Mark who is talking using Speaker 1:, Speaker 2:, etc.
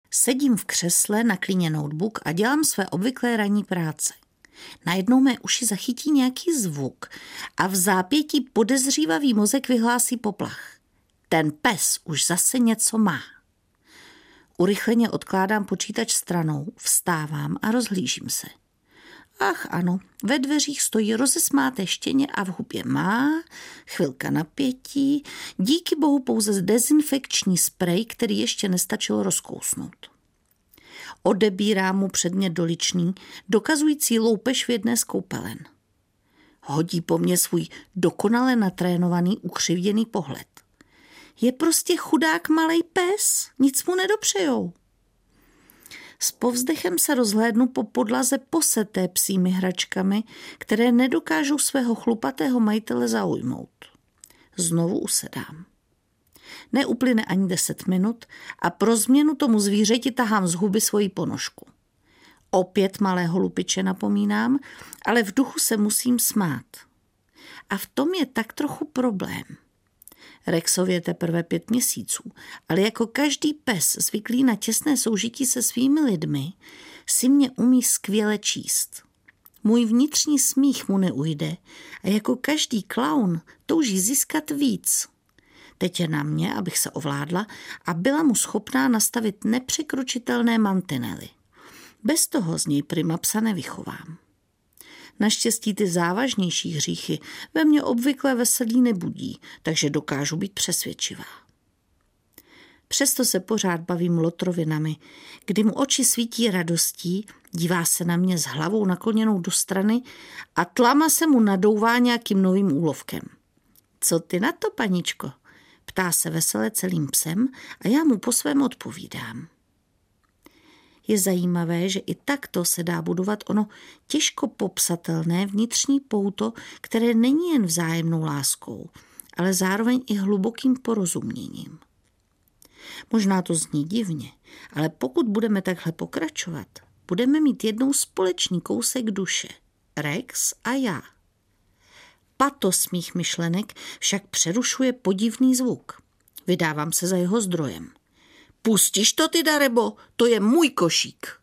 Speaker 1: Sedím v křesle, na klíně notebook a dělám své obvyklé ranní práce. Najednou mé uši zachytí nějaký zvuk a v zápětí podezřívavý mozek vyhlásí poplach. Ten pes už zase něco má. Urychleně odkládám počítač stranou, vstávám a rozhlížím se. Ach ano, ve dveřích stojí rozesmáté štěně a v hubě má, chvilka napětí, díky bohu pouze dezinfekční sprej, který ještě nestačilo rozkousnout. Odebírám mu předmět doličný, dokazující loupež v jedné z koupelen. Hodí po mně svůj dokonale natrénovaný, ukřivděný pohled. Je prostě chudák malej pes, nic mu nedopřejou. S povzdechem se rozhlédnu po podlaze poseté psími hračkami, které nedokážou svého chlupatého majitele zaujmout. Znovu usedám. Neuplyne ani 10 minut a pro změnu tomu zvířeti tahám z huby svoji ponožku. Opět malého lupiče napomínám, ale v duchu se musím smát. A v tom je tak trochu problém. Rexovi je teprve 5 měsíců, ale jako každý pes zvyklý na těsné soužití se svými lidmi, si mě umí skvěle číst. Můj vnitřní smích mu neujde a jako každý klaun touží získat víc. Teď je na mě, abych se ovládla a byla mu schopná nastavit nepřekročitelné mantinely. Bez toho z něj prima psa nevychovám. Naštěstí ty závažnější hříchy ve mně obvykle veselí nebudí, takže dokážu být přesvědčivá. Přesto se pořád bavím lotrovinami, kdy mu oči svítí radostí, dívá se na mě s hlavou nakloněnou do strany a tlama se mu nadouvá nějakým novým úlovkem. Co ty na to, paničko? Ptá se vesele celým psem a já mu po svém odpovídám. Je zajímavé, že i takto se dá budovat ono těžko popsatelné vnitřní pouto, které není jen vzájemnou láskou, ale zároveň i hlubokým porozuměním. Možná to zní divně, ale pokud budeme takhle pokračovat, budeme mít jednou společný kousek duše, Rex a já. Patos mých myšlenek však přerušuje podivný zvuk. Vydávám se za jeho zdrojem. Pustíš to, ty Darebo, to je můj košík.